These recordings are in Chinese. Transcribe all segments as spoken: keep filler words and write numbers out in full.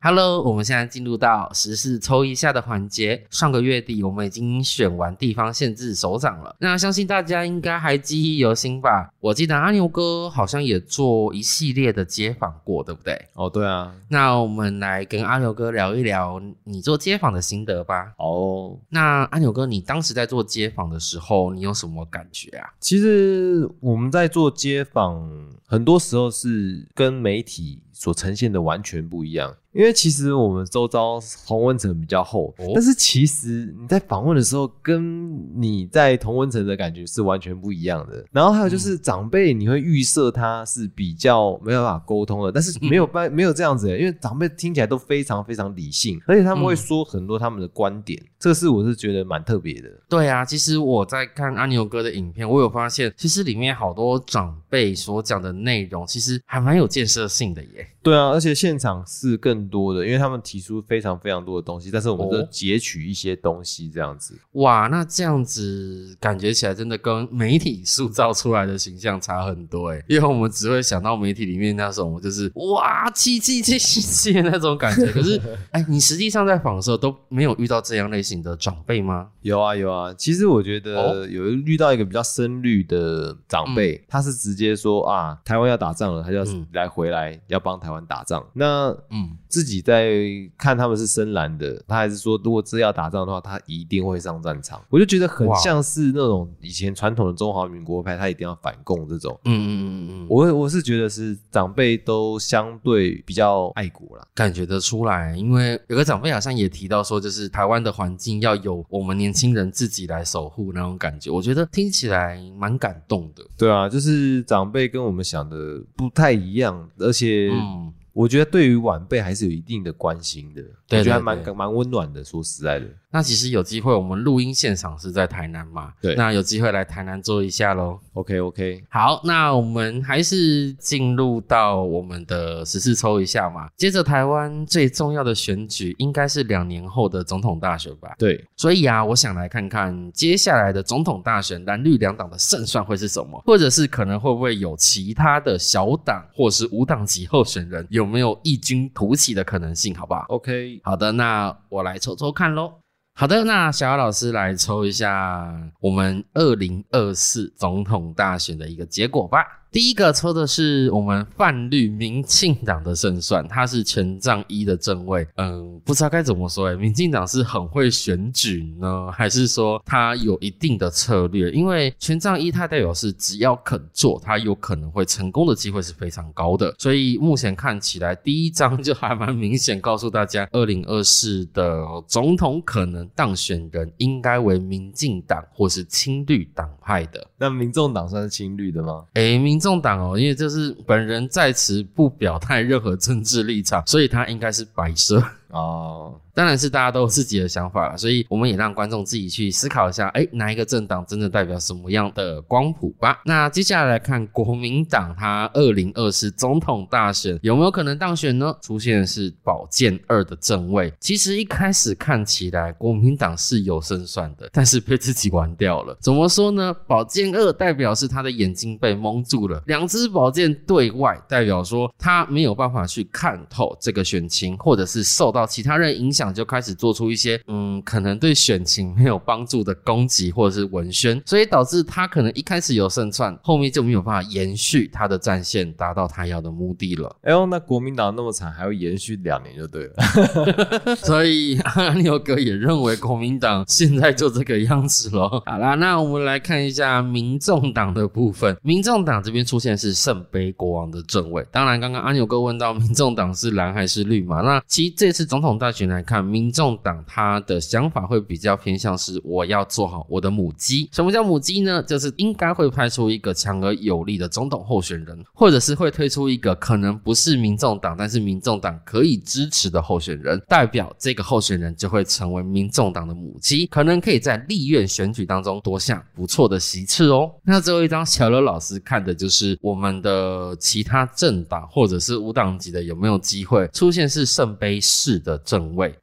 Hello， 我们现在进入到时事抽一下的环节。上个月底我们已经选完地方县市首长了，那相信大家应该还记忆犹新吧。我记得阿牛哥好像也做一系列的街访过，对不对？ 哦，对啊。 那我们来跟阿牛哥聊一聊你做街访的心得吧。 哦， 那阿牛哥，你当时在做街访的时候你有什么感觉啊？ 其实我们在做街访很多时候是跟媒体所呈现的完全不一样，因为其实我们周遭同温层比较厚、哦、但是其实你在访问的时候跟你在同温层的感觉是完全不一样的。然后还有就是长辈你会预设他是比较没有办法沟通的，但是没有办、嗯、没有这样子，因为长辈听起来都非常非常理性，而且他们会说很多他们的观点、嗯、这个是我是觉得蛮特别的。 对啊，其实我在看阿牛哥的影片，我有发现其实里面好多长辈所讲的内容其实还蛮有建设性的耶。 对啊，而且现场是更多的，因为他们提出非常非常多的东西，但是我们就截取一些东西这样子、 哦、哇，那这样子感觉起来真的跟媒体塑造出来的形象差很多耶，因为我们只会想到媒体里面那种就是哇气气气气气的那种感觉，可是哎，你实际上在访的时候都没有遇到这样类型的长辈吗？ 有啊有啊，其实我觉得有遇到一个比较深绿的长辈、嗯、他是直接说啊台湾要打仗了，他就要来回来、嗯、要帮台湾打仗。那嗯，自己在看他们是深蓝的，他还是说如果真要打仗的话他一定会上战场。我就觉得很像是那种以前传统的中华民国派，他一定要反共这种。嗯嗯嗯嗯，我我是觉得是长辈都相对比较爱国啦， 感觉得出来。因为有个长辈好像也提到说，就是台湾的环境要由我们年轻人自己来守护那种感觉，我觉得听起来蛮感动的。 对啊，就是长辈跟我们想的不太一样，而且嗯我觉得对于晚辈还是有一定的关心的，对对对，我觉得还蛮蛮温暖的，说实在的。 那其实有机会我们录音现场是在台南嘛，对，那有机会来台南做一下咯。 OK OK， 好，那我们还是进入到我们的时事抽一下嘛。接着台湾最重要的选举应该是两年后的总统大选吧。 对， 所以啊我想来看看接下来的总统大选蓝绿两党的胜算会是什么，或者是可能会不会有其他的小党或是无党籍候选人有没有异军突起的可能性，好不好？ OK， 好的，那我来抽抽看咯。好的，那小姚老师来抽一下我们二零二四总统大选的一个结果吧。第一个抽的是我们泛绿民进党的胜算，他是全仗一的正位。嗯，不知道该怎么说耶，民进党是很会选举呢，还是说他有一定的策略？因为全仗一它代表是只要肯做，他有可能会成功的机会是非常高的。所以目前看起来第一张就还蛮明显告诉大家二零二四的总统可能当选人应该为民进党或是亲绿党派的。 那民众党算是亲绿的吗？ 诶，民众党哦，因为就是本人在此不表态任何政治立场，所以他应该是白色哦。当然是大家都有自己的想法啦，所以我们也让观众自己去思考一下，诶，哪一个政党真的代表什么样的光谱吧。那接下来来看国民党，他二零二四总统大选有没有可能当选呢？出现的是宝剑二的正位。其实一开始看起来国民党是有胜算的，但是被自己玩掉了。怎么说呢？宝剑二代表是他的眼睛被蒙住了，两支宝剑对外代表说他没有办法去看透这个选情，或者是受到其他人影响就开始做出一些嗯，可能对选情没有帮助的攻击或者是文宣，所以导致他可能一开始有胜算，后面就没有办法延续他的战线，达到他要的目的了。 哎呦，那国民党那么惨还要延续两年就对了所以阿牛哥也认为国民党现在就这个样子咯。好啦，那我们来看一下民众党的部分。民众党这边出现是圣杯国王的正位，当然刚刚阿牛哥问到民众党是蓝还是绿嘛，那其实这次总统大选来看，民众党他的想法会比较偏向是我要做好我的母鸡。什么叫母鸡呢？就是应该会派出一个强而有力的总统候选人，或者是会推出一个可能不是民众党但是民众党可以支持的候选人，代表这个候选人就会成为民众党的母鸡，可能可以在立院选举当中夺下不错的席次哦。那最后一张小刘老师看的就是我们的其他政党或者是无党籍的有没有机会出现是圣杯四的正位。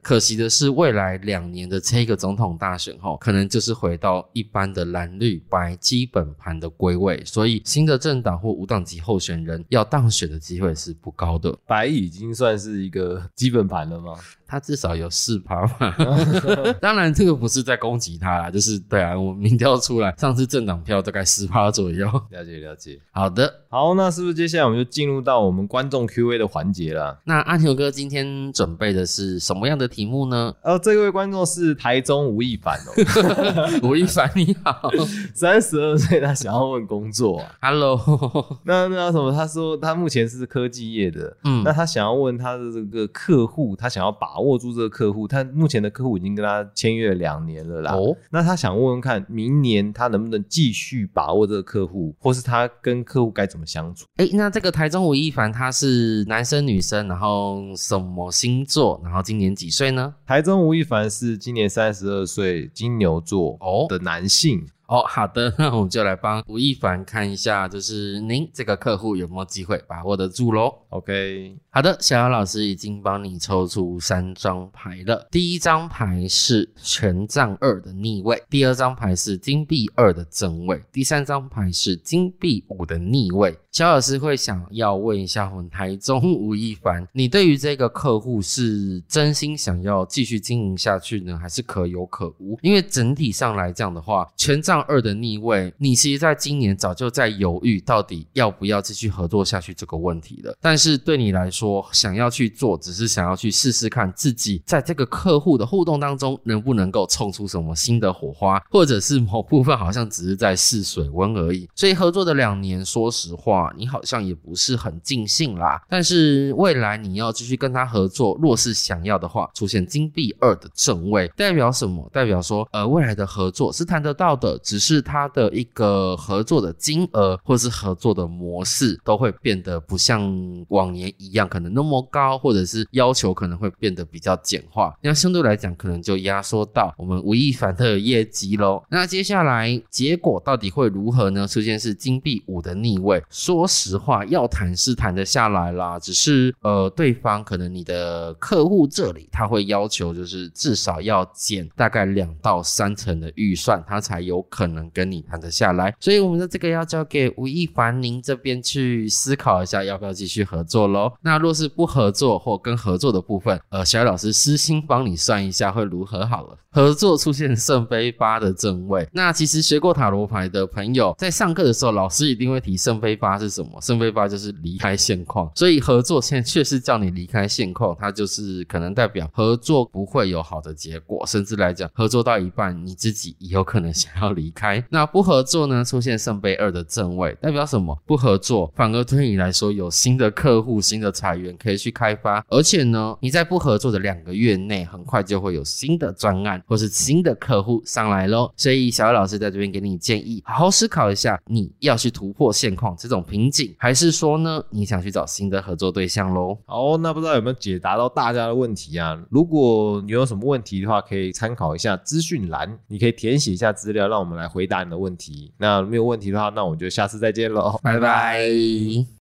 可惜的是未来两年的这个总统大选后，可能就是回到一般的蓝绿白基本盘的归位，所以新的政党或无党籍候选人要当选的机会是不高的。 白已经算是一个基本盘了吗？ 他至少有 百分之四 嘛当然这个不是在攻击他啦，就是对啊，我民调出来上次政党票大概 百分之四 左右。 了解了解。 好的， 好，那是不是接下来我们就进入到我们观众 Q A 的环节了？ 那阿牛哥今天准备的是什么样的题目呢？ 呃，这位观众是台中吴亦凡哦。 吴亦凡你好。 三十二岁他想要问工作、啊、 Hello 那那什么，他说他目前是科技业的， 嗯， 那他想要问他的这个客户，他想要把握住这个客户，他目前的客户已经跟他签约了两年了啦。哦，那他想问问看，明年他能不能继续把握这个客户，或是他跟客户该怎么相处？ 哎，那这个台中吴亦凡他是男生女生，然后什么星座，然后今年几岁呢？ 台中吴亦凡是今年三十二岁，金牛座的男性。 哦，好的，那我们就来帮吴亦凡看一下，就是您这个客户有没有机会把握得住咯。 OK， 好的，小姚老师已经帮你抽出三张牌了。第一张牌是权杖二的逆位，第二张牌是金币二的正位，第三张牌是金币五的逆位。小老师会想要问一下我们台中吴亦凡，你对于这个客户是真心想要继续经营下去呢，还是可有可无？因为整体上来讲的话，权杖二的逆位，你其实在今年早就在犹豫到底要不要继续合作下去这个问题了，但是对你来说想要去做，只是想要去试试看自己在这个客户的互动当中能不能够冲出什么新的火花，或者是某部分好像只是在试水温而已。所以合作的两年，说实话你好像也不是很尽兴啦，但是未来你要继续跟他合作，若是想要的话，出现金币二的正位，代表什么？代表说呃，未来的合作是谈得到的，只是他的一个合作的金额或是合作的模式都会变得不像往年一样可能那么高，或者是要求可能会变得比较简化，那相对来讲可能就压缩到我们吴亦凡的业绩咯。那接下来结果到底会如何呢？出现是金币五的逆位，说实话要谈是谈得下来啦，只是呃，对方可能你的客户这里他会要求就是至少要减大概两到三成的预算，他才有可能跟你谈得下来。所以我们的这个要交给吴亦凡您这边去思考一下要不要继续合作咯。那若是不合作或跟合作的部分，呃，小艾老师私心帮你算一下会如何好了。合作出现圣杯八的正位，那其实学过塔罗牌的朋友在上课的时候老师一定会提圣杯八是什么，圣杯八就是离开现况，所以合作现在确实叫你离开现况，它就是可能代表合作不会有好的结果，甚至来讲合作到一半你自己也有可能想要离开。那不合作呢，出现圣杯二的正位，代表什么？不合作反而对你来说有新的客户新的财源可以去开发，而且呢你在不合作的两个月内很快就会有新的专案或是新的客户上来咯。所以小艾老师在这边给你建议，好好思考一下，你要去突破现况这种瓶颈，还是说呢你想去找新的合作对象咯。 好，那不知道有没有解答到大家的问题啊？如果你有什么问题的话，可以参考一下资讯栏，你可以填写一下资料让我们来回答你的问题。那没有问题的话，那我们就下次再见咯， 拜拜。